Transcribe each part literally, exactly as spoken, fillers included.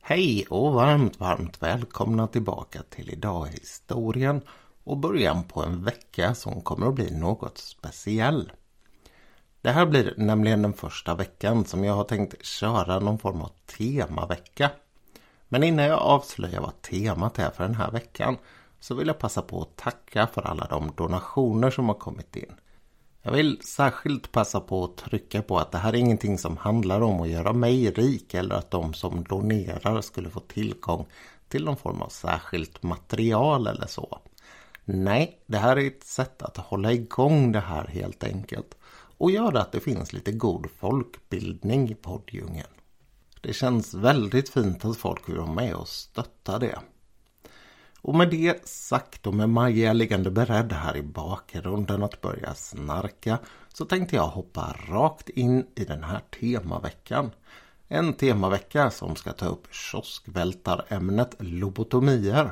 Hej och varmt, varmt välkomna tillbaka till Idag i historien och början på en vecka som kommer att bli något speciell. Det här blir nämligen den första veckan som jag har tänkt köra någon form av temavecka. Men innan jag avslöjar vad temat är för den här veckan så vill jag passa på att tacka för alla de donationer som har kommit in. Jag vill särskilt passa på att trycka på att det här är ingenting som handlar om att göra mig rik eller att de som donerar skulle få tillgång till någon form av särskilt material eller så. Nej, det här är ett sätt att hålla igång det här helt enkelt och göra att det finns lite god folkbildning i poddjungeln. Det känns väldigt fint att folk vill vara med och stötta det. Och med det sagt och med Maja liggande beredd här i bakgrunden att börja snarka så tänkte jag hoppa rakt in i den här temaveckan. En temavecka som ska ta upp kioskvältarämnet lobotomier.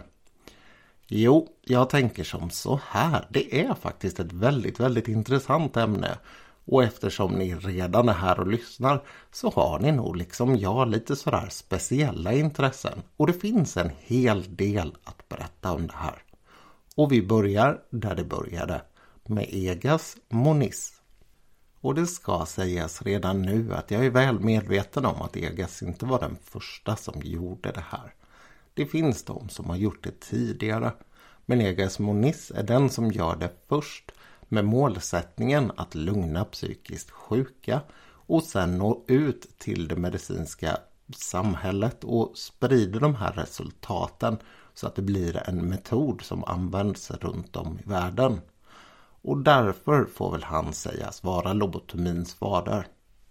Jo, jag tänker som så här. Det är faktiskt ett väldigt, väldigt intressant ämne. Och eftersom ni redan är här och lyssnar så har ni nog liksom jag lite sådär speciella intressen. Och det finns en hel del att berätta om det här. Och vi börjar där det började, med Egas Moniz. Och det ska sägas redan nu att jag är väl medveten om att Egas inte var den första som gjorde det här. Det finns de som har gjort det tidigare. Men Egas Moniz är den som gör det först, med målsättningen att lugna psykiskt sjuka och sen nå ut till det medicinska samhället och sprida de här resultaten så att det blir en metod som används runt om i världen. Och därför får väl han sägas vara lobotomins fader.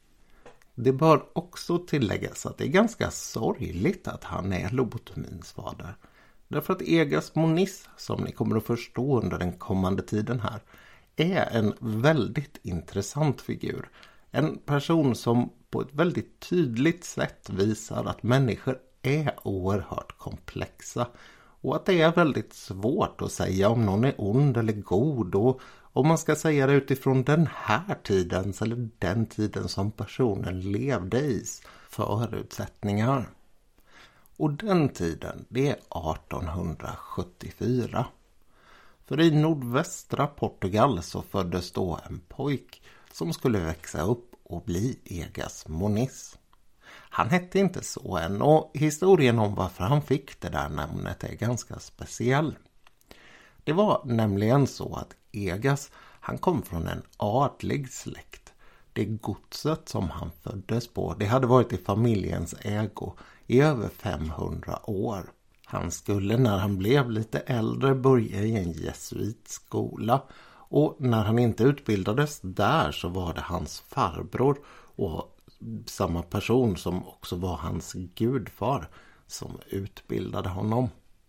Det bör också tilläggas att det är ganska sorgligt att han är lobotomins fader. Därför att Egas Moniz, som ni kommer att förstå under den kommande tiden här, är en väldigt intressant figur. En person som på ett väldigt tydligt sätt visar att människor är oerhört komplexa. Och att det är väldigt svårt att säga om någon är ond eller god. Och om man ska säga det utifrån den här tidens eller den tiden som personen levde i förutsättningar. Och den tiden, det är arton sjuttiofyra. För i nordvästra Portugal så föddes då en pojk som skulle växa upp och bli Egas Moniz. Han hette inte så än och historien om varför han fick det där namnet är ganska speciell. Det var nämligen så att Egas, han kom från en adlig släkt. Det godset som han föddes på, det hade varit i familjens ägo i över femhundra år. Han skulle när han blev lite äldre börja i en jesuitskola och när han inte utbildades där så var det hans farbror och samma person som också var hans gudfar som utbildade honom.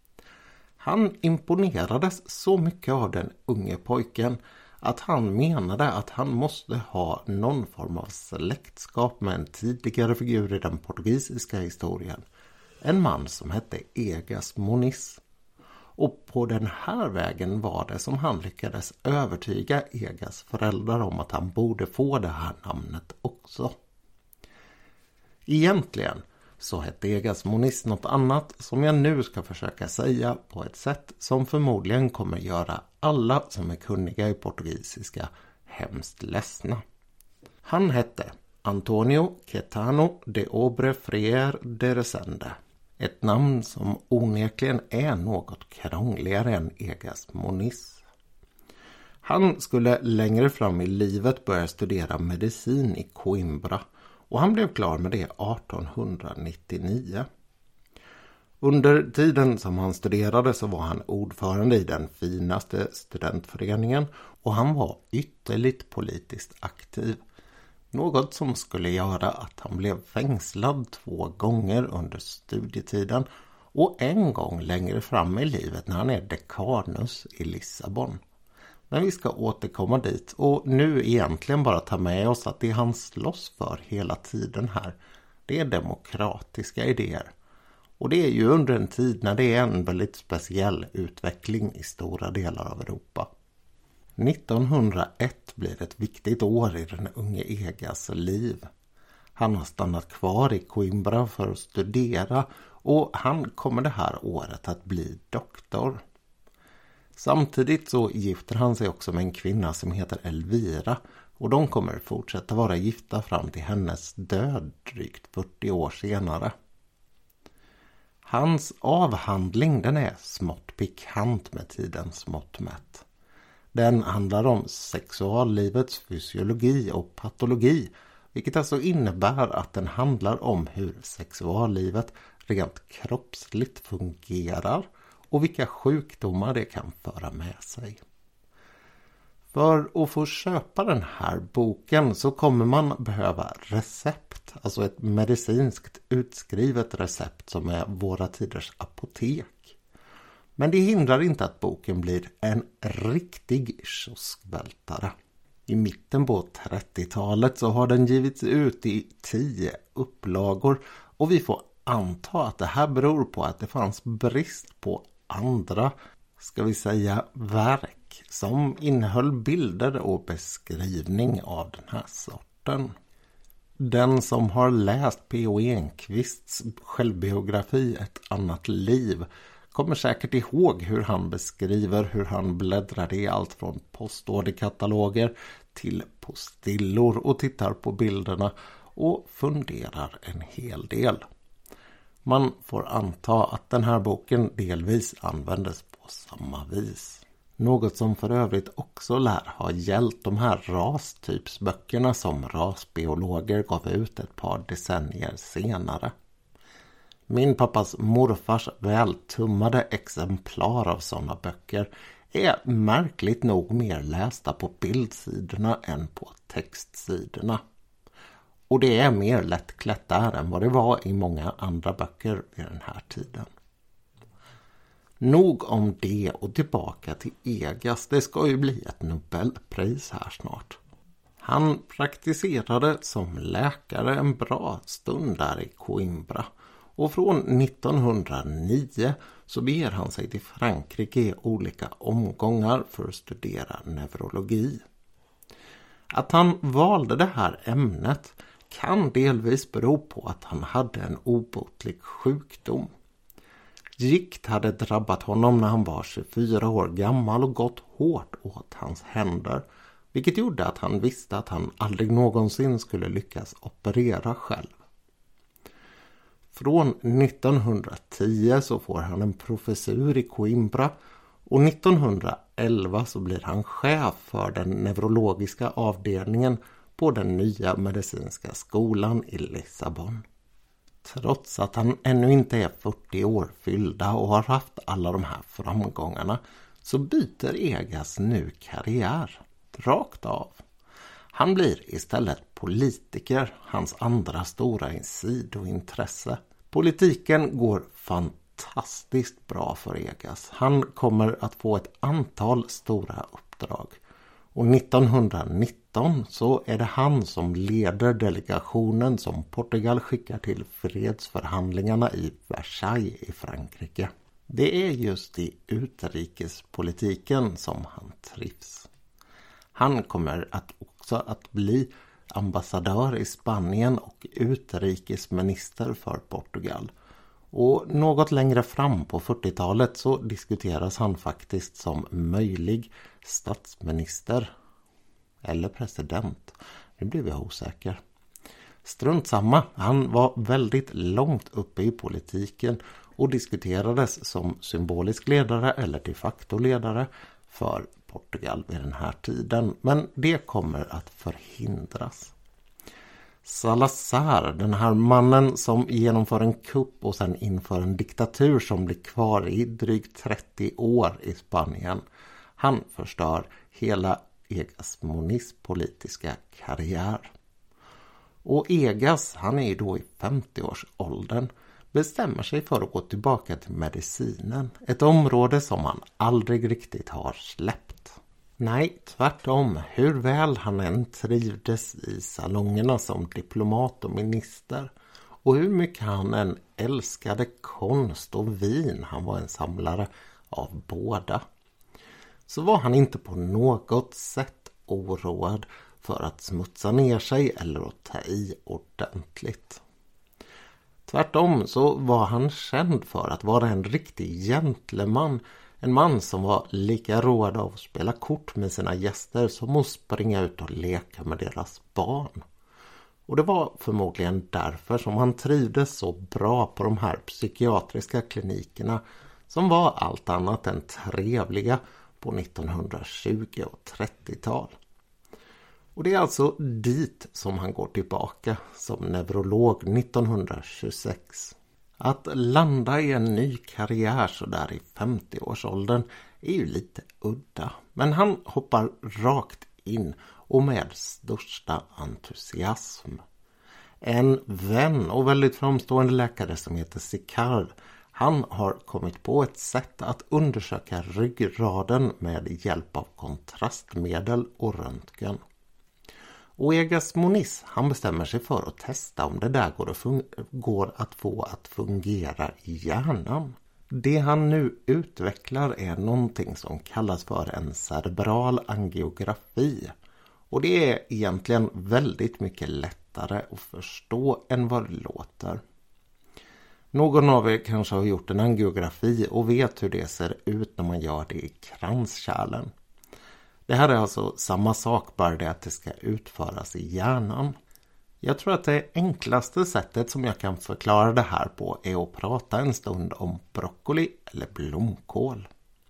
Han imponerades så mycket av den unge pojken att han menade att han måste ha någon form av släktskap med en tidigare figur i den portugisiska historien. En man som hette Egas Moniz. Och på den här vägen var det som han lyckades övertyga Egas föräldrar om att han borde få det här namnet också. Egentligen så hette Egas Moniz något annat som jag nu ska försöka säga på ett sätt som förmodligen kommer göra alla som är kunniga i portugisiska hemskt ledsna. Han hette Antonio Caetano de Obre Freire de Resende. Ett namn som onekligen är något krångligare än Egas Moniz. Han skulle längre fram i livet börja studera medicin i Coimbra och han blev klar med det arton nittionio. Under tiden som han studerade så var han ordförande i den finaste studentföreningen och han var ytterligt politiskt aktiv. Något som skulle göra att han blev fängslad två gånger under studietiden och en gång längre fram i livet när han är dekanus i Lissabon. Men vi ska återkomma dit och nu egentligen bara ta med oss att det han slåss för hela tiden här, det är demokratiska idéer. Och det är ju under en tid när det är en väldigt speciell utveckling i stora delar av Europa. nittonhundraett blir ett viktigt år i den unge Egas liv. Han har stannat kvar i Coimbra för att studera och han kommer det här året att bli doktor. Samtidigt så gifter han sig också med en kvinna som heter Elvira, och de kommer fortsätta vara gifta fram till hennes död drygt fyrtio år senare. Hans avhandling den är smått pikant med tidens mått mätt. Den handlar om sexuallivets fysiologi och patologi, vilket alltså innebär att den handlar om hur sexuallivet rent kroppsligt fungerar och vilka sjukdomar det kan föra med sig. För att få köpa den här boken så kommer man behöva recept, alltså ett medicinskt utskrivet recept som är våra tiders apotek. Men det hindrar inte att boken blir en riktig kioskvältare. I mitten på trettiotalet så har den givits ut i tio upplagor, och vi får anta att det här beror på att det fanns brist på andra, ska vi säga, verk som innehöll bilder och beskrivning av den här sorten. Den som har läst P O Enquists självbiografi Ett annat liv kommer säkert ihåg hur han beskriver hur han bläddrade i allt från postorderkataloger till postillor och tittar på bilderna och funderar en hel del. Man får anta att den här boken delvis användes på samma vis. Något som för övrigt också lär ha gällt de här rastypsböckerna som rasbiologer gav ut ett par decennier senare. Min pappas morfars vältummade exemplar av sådana böcker är märkligt nog mer lästa på bildsidorna än på textsidorna. Och det är mer lättklätt där än vad det var i många andra böcker vid den här tiden. Nog om det, och tillbaka till Egas. Det ska ju bli ett Nobelpris här snart. Han praktiserade som läkare en bra stund där i Coimbra. Och från nittonhundranio så beger han sig till Frankrike i olika omgångar för att studera neurologi. Att han valde det här ämnet kan delvis bero på att han hade en obotlig sjukdom. Gikt hade drabbat honom när han var tjugofyra år gammal och gått hårt åt hans händer, vilket gjorde att han visste att han aldrig någonsin skulle lyckas operera själv. Från nittonhundratio så får han en professur i Coimbra, och nittonhundraelva så blir han chef för den neurologiska avdelningen på den nya medicinska skolan i Lissabon. Trots att han ännu inte är fyrtio år fyllda och har haft alla de här framgångarna så byter Egas nu karriär rakt av. Han blir istället politiker, hans andra stora sidointresse. Politiken går fantastiskt bra för Egas. Han kommer att få ett antal stora uppdrag. Och nittonhundranitton så är det han som leder delegationen som Portugal skickar till fredsförhandlingarna i Versailles i Frankrike. Det är just i utrikespolitiken som han trivs. Han kommer att också att bli ambassadör i Spanien och utrikesminister för Portugal. Och något längre fram på fyrtiotalet så diskuteras han faktiskt som möjlig statsminister eller president. Nu blev jag osäker. Strunt samma, han var väldigt långt uppe i politiken och diskuterades som symbolisk ledare eller de facto ledare för Portugal vid den här tiden. Men det kommer att förhindras. Salazar, den här mannen som genomför en kupp och sen inför en diktatur som blir kvar i drygt trettio år i Spanien. Han förstör hela Egas politiska karriär. Och Egas, han är då i femtio-årsåldern, bestämmer sig för att gå tillbaka till medicinen. Ett område som han aldrig riktigt har släppt. Nej, tvärtom. Hur väl han än trivdes i salongerna som diplomat och minister och hur mycket han än älskade konst och vin, han var en samlare av båda, så var han inte på något sätt oroad för att smutsa ner sig eller att ta i ordentligt. Tvärtom så var han känd för att vara en riktig gentleman. En man som var lika road av att spela kort med sina gäster som att springa ut och leka med deras barn. Och det var förmodligen därför som han trivdes så bra på de här psykiatriska klinikerna som var allt annat än trevliga på nittonhundratjugo- och trettiotal. Och det är alltså dit som han går tillbaka som neurolog nittonhundratjugosex. Att landa i en ny karriär så där i femtioårsåldern är ju lite udda. Men han hoppar rakt in och med största entusiasm. En vän och väldigt framstående läkare som heter Sicard, han har kommit på ett sätt att undersöka ryggraden med hjälp av kontrastmedel och röntgen. Och Egas Moniz, han bestämmer sig för att testa om det där går att, fun- går att få att fungera i hjärnan. Det han nu utvecklar är någonting som kallas för en cerebral angiografi. Och det är egentligen väldigt mycket lättare att förstå än vad det låter. Någon av er kanske har gjort en angiografi och vet hur det ser ut när man gör det i kranskärlen. Det här är alltså samma sak, bara det att det ska utföras i hjärnan. Jag tror att det enklaste sättet som jag kan förklara det här på är att prata en stund om broccoli eller blomkål.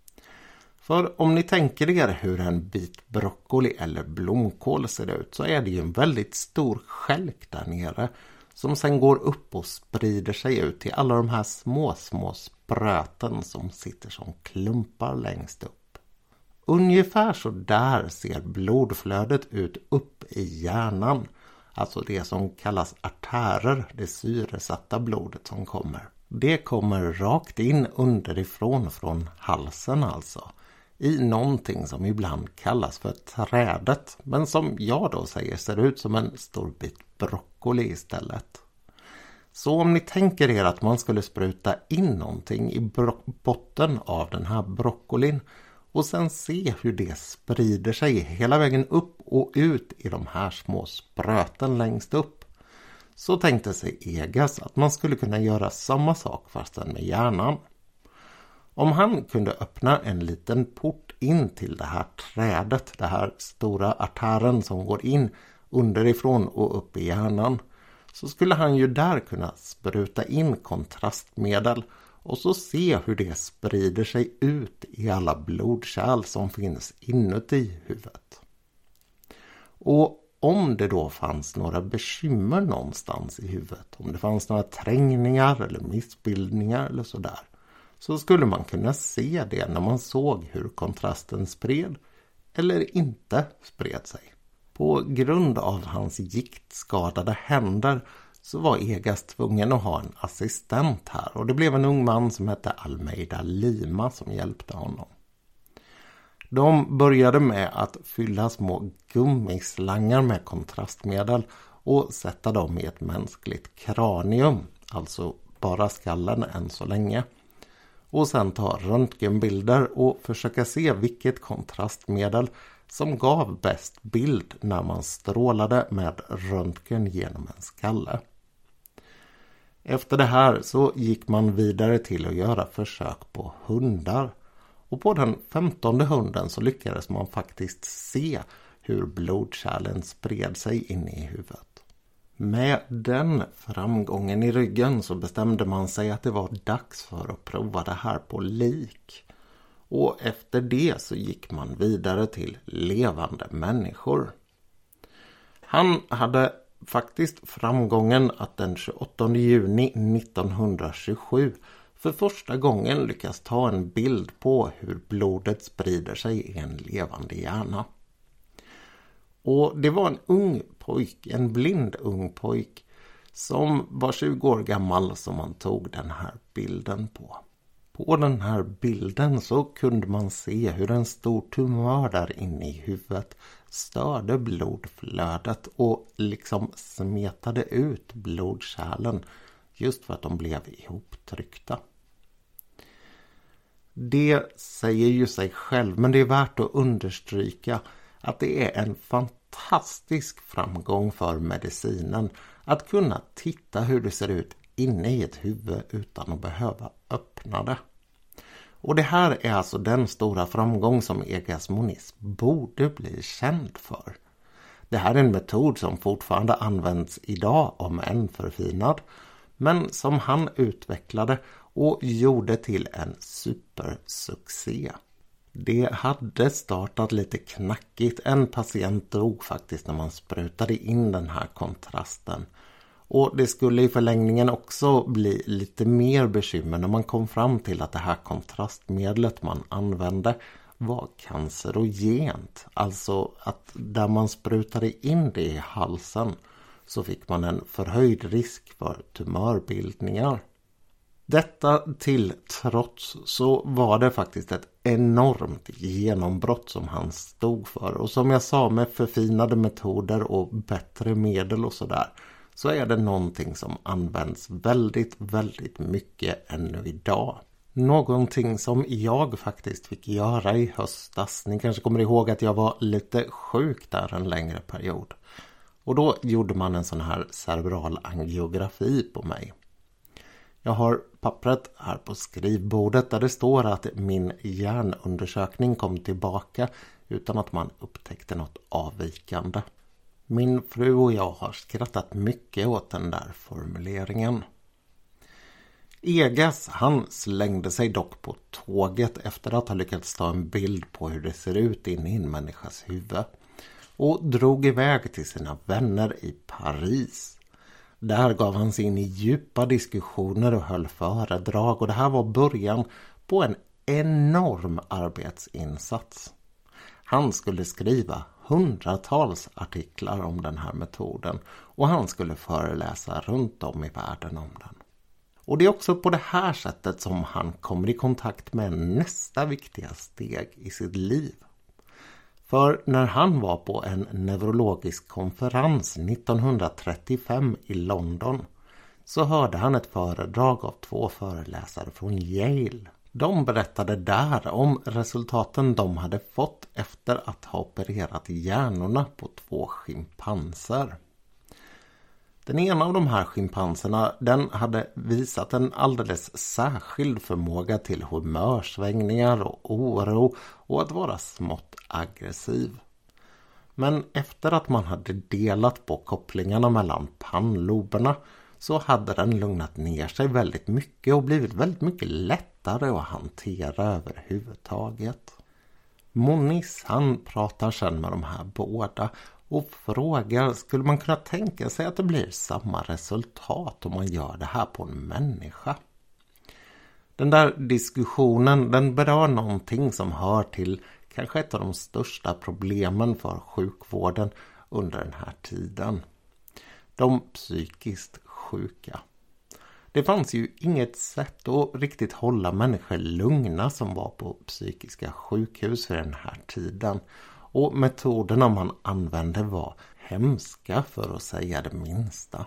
För om ni tänker er hur en bit broccoli eller blomkål ser ut så är det ju en väldigt stor skälk där nere som sen går upp och sprider sig ut till alla de här små små spröten som sitter som klumpar längst upp. Ungefär så där ser blodflödet ut upp i hjärnan. Alltså det som kallas artärer, det syresatta blodet som kommer. Det kommer rakt in underifrån från halsen alltså. I någonting som ibland kallas för trädet. Men som jag då säger ser ut som en stor bit broccoli istället. Så om ni tänker er att man skulle spruta in någonting i bro- botten av den här broccolin och sen se hur det sprider sig hela vägen upp och ut i de här små spröten längst upp. Så tänkte sig Egas att man skulle kunna göra samma sak fastän med hjärnan. Om han kunde öppna en liten port in till det här trädet, det här stora artären som går in underifrån och upp i hjärnan, så skulle han ju där kunna spruta in kontrastmedel och så se hur det sprider sig ut i alla blodkärl som finns inuti huvudet. Och om det då fanns några bekymmer någonstans i huvudet, om det fanns några trängningar eller missbildningar eller sådär, så skulle man kunna se det när man såg hur kontrasten spred eller inte spred sig. På grund av hans giktskadade händer så var Egas tvungen att ha en assistent här och det blev en ung man som hette Almeida Lima som hjälpte honom. De började med att fylla små gummislangar med kontrastmedel och sätta dem i ett mänskligt kranium, alltså bara skallen än så länge. Och sen ta röntgenbilder och försöka se vilket kontrastmedel som gav bäst bild när man strålade med röntgen genom en skalle. Efter det här så gick man vidare till att göra försök på hundar. Och på den femtonde hunden så lyckades man faktiskt se hur blodkärlen spred sig in i huvudet. Med den framgången i ryggen så bestämde man sig att det var dags för att prova det här på lik. Och efter det så gick man vidare till levande människor. Han hade faktiskt framgången att den tjugoåttonde juni nittonhundratjugosju för första gången lyckas ta en bild på hur blodet sprider sig i en levande hjärna. Och det var en ung pojk, en blind ung pojk som var tjugo år gammal som man tog den här bilden på. På den här bilden så kunde man se hur en stor tumör där inne i huvudet störde blodflödet och liksom smetade ut blodkärlen just för att de blev ihoptryckta. Det säger ju sig själv, men det är värt att understryka att det är en fantastisk framgång för medicinen att kunna titta hur det ser ut inne i ett huvud utan att behöva öppna det. Och det här är alltså den stora framgång som Egas Moniz borde bli känd för. Det här är en metod som fortfarande används idag, om än förfinad, men som han utvecklade och gjorde till en supersuccé. Det hade startat lite knackigt. En patient dog faktiskt när man sprutade in den här kontrasten. Och det skulle i förlängningen också bli lite mer bekymmer när man kom fram till att det här kontrastmedlet man använde var cancerogent. Alltså att där man sprutade in det i halsen så fick man en förhöjd risk för tumörbildningar. Detta till trots så var det faktiskt ett enormt genombrott som han stod för. Och som jag sa, med förfinade metoder och bättre medel och sådär, så är det någonting som används väldigt, väldigt mycket ännu idag. Någonting som jag faktiskt fick göra i höstas. Ni kanske kommer ihåg att jag var lite sjuk där en längre period. Och då gjorde man en sån här cerebral angiografi på mig. Jag har pappret här på skrivbordet där det står att min hjärnundersökning kom tillbaka utan att man upptäckte något avvikande. Min fru och jag har skrattat mycket åt den där formuleringen. Egas, han slängde sig dock på tåget efter att ha lyckats ta en bild på hur det ser ut inne i en människas huvud och drog iväg till sina vänner i Paris. Där gav han sig in i djupa diskussioner och höll föredrag, och det här var början på en enorm arbetsinsats. Han skulle skriva hundratals artiklar om den här metoden och han skulle föreläsa runt om i världen om den. Och det är också på det här sättet som han kommer i kontakt med nästa viktiga steg i sitt liv. För när han var på en neurologisk konferens nittonhundratrettiofem i London så hörde han ett föredrag av två föreläsare från Yale. De berättade där om resultaten de hade fått efter att ha opererat hjärnorna på två schimpanser. Den ena av de här schimpanserna, den hade visat en alldeles särskild förmåga till humörsvängningar och oro och att vara smått aggressiv. Men efter att man hade delat på kopplingarna mellan pannloberna så hade den lugnat ner sig väldigt mycket och blivit väldigt mycket lättare att hantera överhuvudtaget. Moniz, han pratar sedan med de här båda och frågar, skulle man kunna tänka sig att det blir samma resultat om man gör det här på en människa? Den där diskussionen, den berör någonting som hör till kanske ett av de största problemen för sjukvården under den här tiden. De psykiskt sjuka. Det fanns ju inget sätt att riktigt hålla människor lugna som var på psykiska sjukhus för den här tiden. Och metoderna man använde var hemska, för att säga det minsta.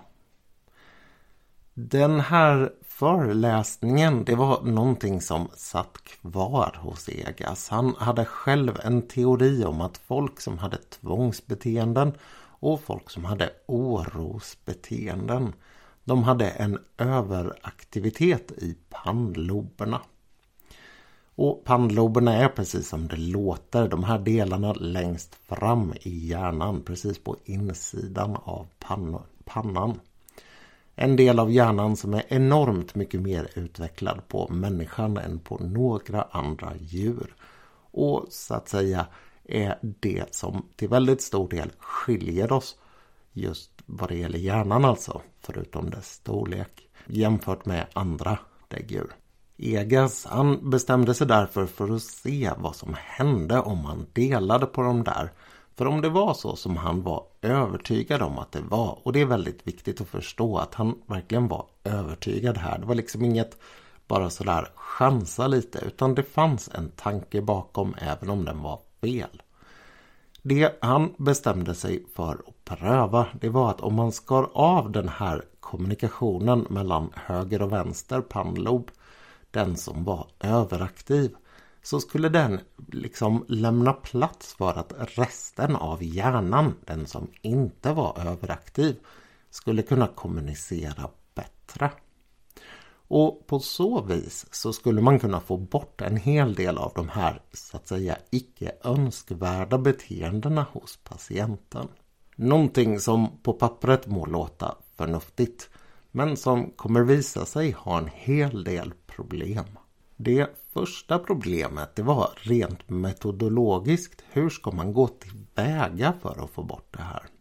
Den här föreläsningen, det var någonting som satt kvar hos Egas. Han hade själv en teori om att folk som hade tvångsbeteenden och folk som hade orosbeteenden, de hade en överaktivitet i pannloberna. Och pannloberna är precis som det låter, de här delarna längst fram i hjärnan, precis på insidan av pann- pannan. En del av hjärnan som är enormt mycket mer utvecklad på människan än på några andra djur. Och så att säga är det som till väldigt stor del skiljer oss just vad det gäller hjärnan, alltså förutom dess storlek, jämfört med andra däggdjur. Egas, han bestämde sig därför för att se vad som hände om man delade på de där. För om det var så som han var övertygad om att det var, och det är väldigt viktigt att förstå att han verkligen var övertygad här. Det var liksom inget bara sådär chansa lite, utan det fanns en tanke bakom även om den var fel. Det han bestämde sig för att pröva, det var att om man skar av den här kommunikationen mellan höger och vänster pannlob, den som var överaktiv, så skulle den liksom lämna plats för att resten av hjärnan, den som inte var överaktiv, skulle kunna kommunicera bättre. Och på så vis så skulle man kunna få bort en hel del av de här så att säga icke önskvärda beteendena hos patienten. Någonting som på pappret må låta förnuftigt, men som kommer visa sig ha en hel del problem. Det första problemet det var rent metodologiskt. Hur ska man gå tillväga för att få bort det här?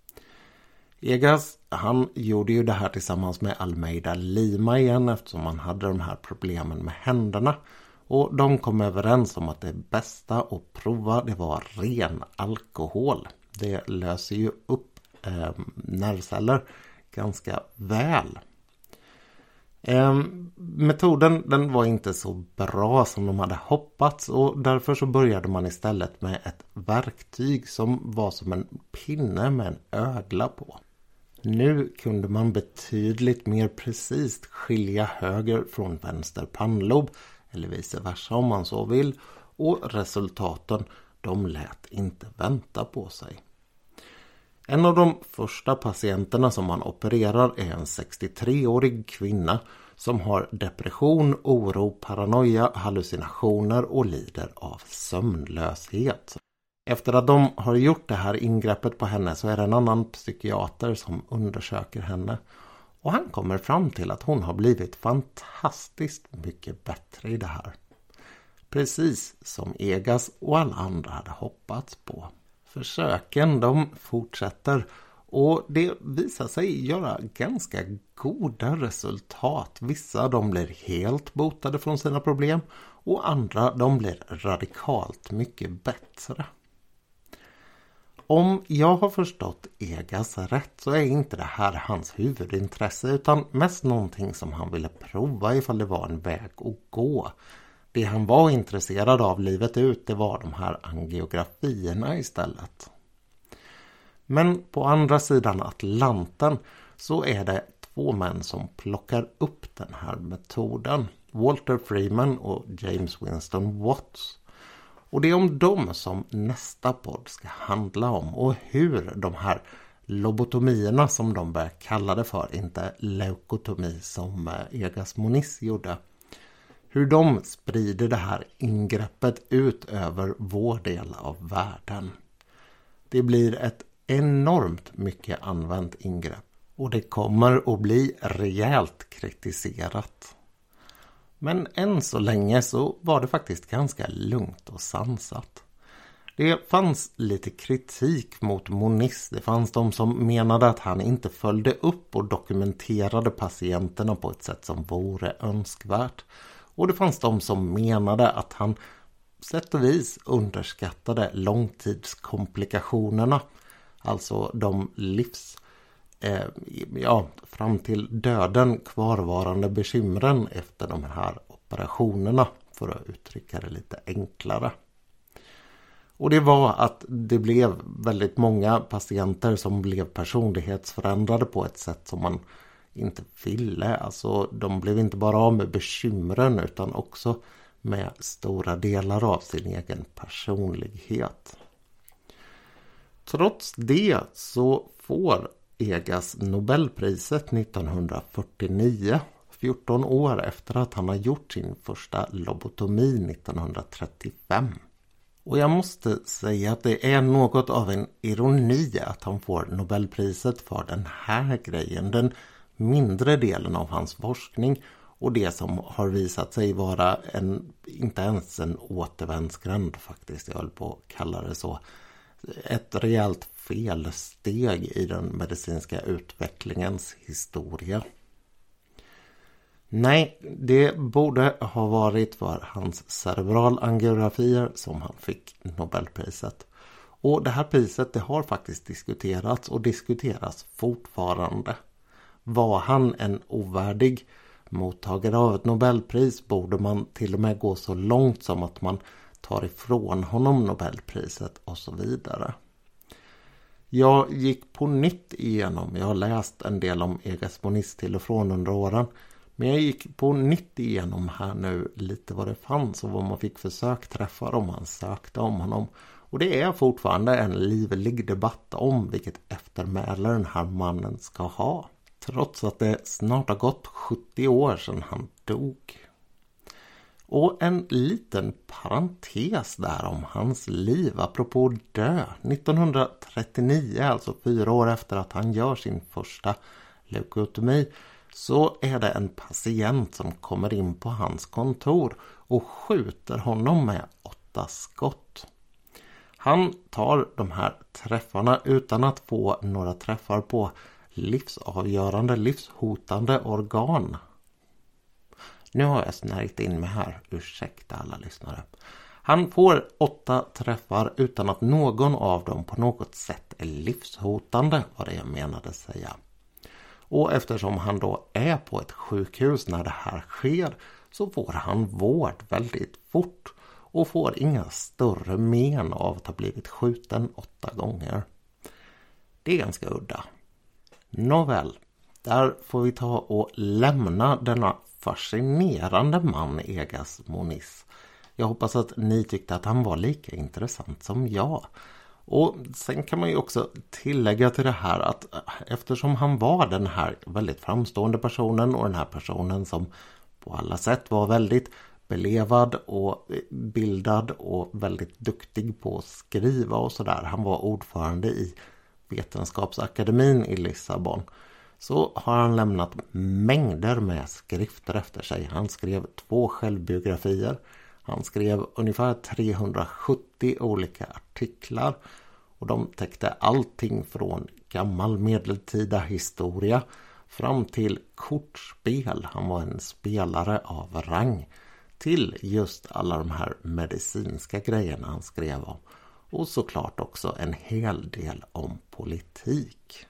Egas, han gjorde ju det här tillsammans med Almeida Lima igen eftersom han hade de här problemen med händerna. Och de kom överens om att det bästa att prova det var ren alkohol. Det löser ju upp eh, nervceller ganska väl. Eh, metoden den var inte så bra som de hade hoppats och därför så började man istället med ett verktyg som var som en pinne med en ögla på. Nu kunde man betydligt mer precis skilja höger från vänster pannlob eller vice versa om man så vill, och resultaten de lät inte vänta på sig. En av de första patienterna som man opererar är en sextiotre-årig kvinna som har depression, oro, paranoia, hallucinationer och lider av sömnlöshet. Efter att de har gjort det här ingreppet på henne så är det en annan psykiater som undersöker henne. Och han kommer fram till att hon har blivit fantastiskt mycket bättre i det här. Precis som Egas och alla andra hade hoppats på. Försöken de fortsätter och det visar sig göra ganska goda resultat. Vissa de blir helt botade från sina problem och andra de blir radikalt mycket bättre. Om jag har förstått Egas rätt så är inte det här hans huvudintresse utan mest någonting som han ville prova ifall det var en väg att gå. Det han var intresserad av livet ut det var de här angiografierna istället. Men på andra sidan Atlanten så är det två män som plockar upp den här metoden. Walter Freeman och James Winston Watts. Och det är om dem som nästa podd ska handla om och hur de här lobotomierna som de börjar kalla det för, inte leukotomi som Egas Moniz gjorde. Hur de sprider det här ingreppet ut över vår del av världen. Det blir ett enormt mycket använt ingrepp och det kommer att bli rejält kritiserat. Men än så länge så var det faktiskt ganska lugnt och sansat. Det fanns lite kritik mot Moniz. Det fanns de som menade att han inte följde upp och dokumenterade patienterna på ett sätt som vore önskvärt. Och det fanns de som menade att han sätt och vis underskattade långtidskomplikationerna. Alltså de livs... Eh, ja, fram till döden kvarvarande bekymren efter de här operationerna, för att uttrycka det lite enklare. Och det var att det blev väldigt många patienter som blev personlighetsförändrade på ett sätt som man inte ville. Alltså de blev inte bara av med bekymren utan också med stora delar av sin egen personlighet. Trots det så får Egas Nobelpriset nittonhundrafyrtionio, fjorton år efter att han har gjort sin första lobotomi nittonhundratrettiofem. Och jag måste säga att det är något av en ironi att han får Nobelpriset för den här grejen, den mindre delen av hans forskning och det som har visat sig vara en, inte ens en återvändsgränd faktiskt, jag höll på att kalla det så. Ett rejält felsteg i den medicinska utvecklingens historia. Nej, det borde ha varit för hans cerebralangiografier som han fick Nobelpriset. Och det här priset det har faktiskt diskuterats och diskuteras fortfarande. Var han en ovärdig mottagare av ett Nobelpris borde man till och med gå så långt som att man tar ifrån honom Nobelpriset och så vidare. Jag gick på nytt igenom, jag har läst en del om Egas Moniz till och från under åren, men jag gick på nytt igenom här nu lite vad det fanns och vad man fick försökträffar om man sökte om honom. Och det är fortfarande en livlig debatt om vilket eftermäle den här mannen ska ha. trots att det snart har gått sjuttio år sedan han dog. Och en liten parentes där om hans liv apropå dö. nittonhundratrettionio, alltså fyra år efter att han gör sin första leukotomi, så är det en patient som kommer in på hans kontor och skjuter honom med åtta skott. Han tar de här träffarna utan att få några träffar på livsavgörande, livshotande organ. Nu har jag snärjt in mig här, ursäkta alla lyssnare. Han får åtta träffar utan att någon av dem på något sätt är livshotande, var det jag menade säga. Och eftersom han då är på ett sjukhus när det här sker så får han vård väldigt fort och får inga större men av att ha blivit skjuten åtta gånger. Det är ganska udda. Nåväl, där får vi ta och lämna denna fascinerande man Egas Moniz. Jag hoppas att ni tyckte att han var lika intressant som jag. Och sen kan man ju också tillägga till det här att eftersom han var den här väldigt framstående personen och den här personen som på alla sätt var väldigt belevad och bildad och väldigt duktig på att skriva och sådär. Han var ordförande i Vetenskapsakademin i Lissabon. Så har han lämnat mängder med skrifter efter sig. Han skrev två självbiografier. Han skrev ungefär trehundrasjuttio olika artiklar. Och de täckte allting från gammal medeltida historia fram till kortspel. Han var en spelare av rang. Till just alla de här medicinska grejerna han skrev om. Och såklart också en hel del om politik.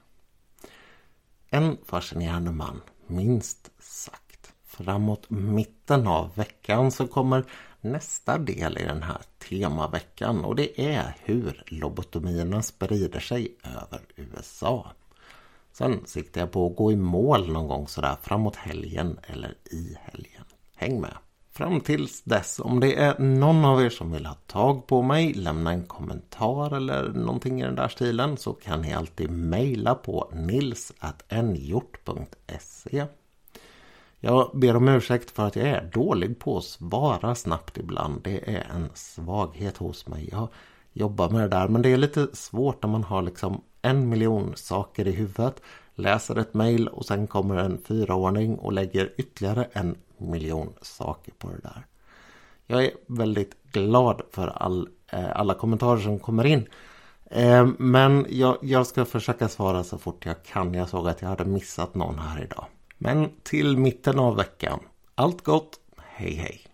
En fascinerande man, minst sagt. Framåt mitten av veckan så kommer nästa del i den här temaveckan. Och det är hur lobotomierna sprider sig över U S A. Sen siktar jag på att gå i mål någon gång sådär framåt helgen eller i helgen. Häng med! Fram tills dess, om det är någon av er som vill ha tag på mig, lämna en kommentar eller någonting i den där stilen, så kan ni alltid mejla på nils at n hjort punkt se. Jag ber om ursäkt för att jag är dålig på att svara snabbt ibland. Det är en svaghet hos mig. Jag jobbar med det där, men det är lite svårt när man har liksom en miljon saker i huvudet, läser ett mejl och sen kommer en fyraordning och lägger ytterligare en miljon saker på det där. Jag är väldigt glad för all, eh, alla kommentarer som kommer in. Eh, men jag, jag ska försöka svara så fort jag kan. Jag såg att jag hade missat någon här idag. Men till mitten av veckan. Allt gott. Hej hej.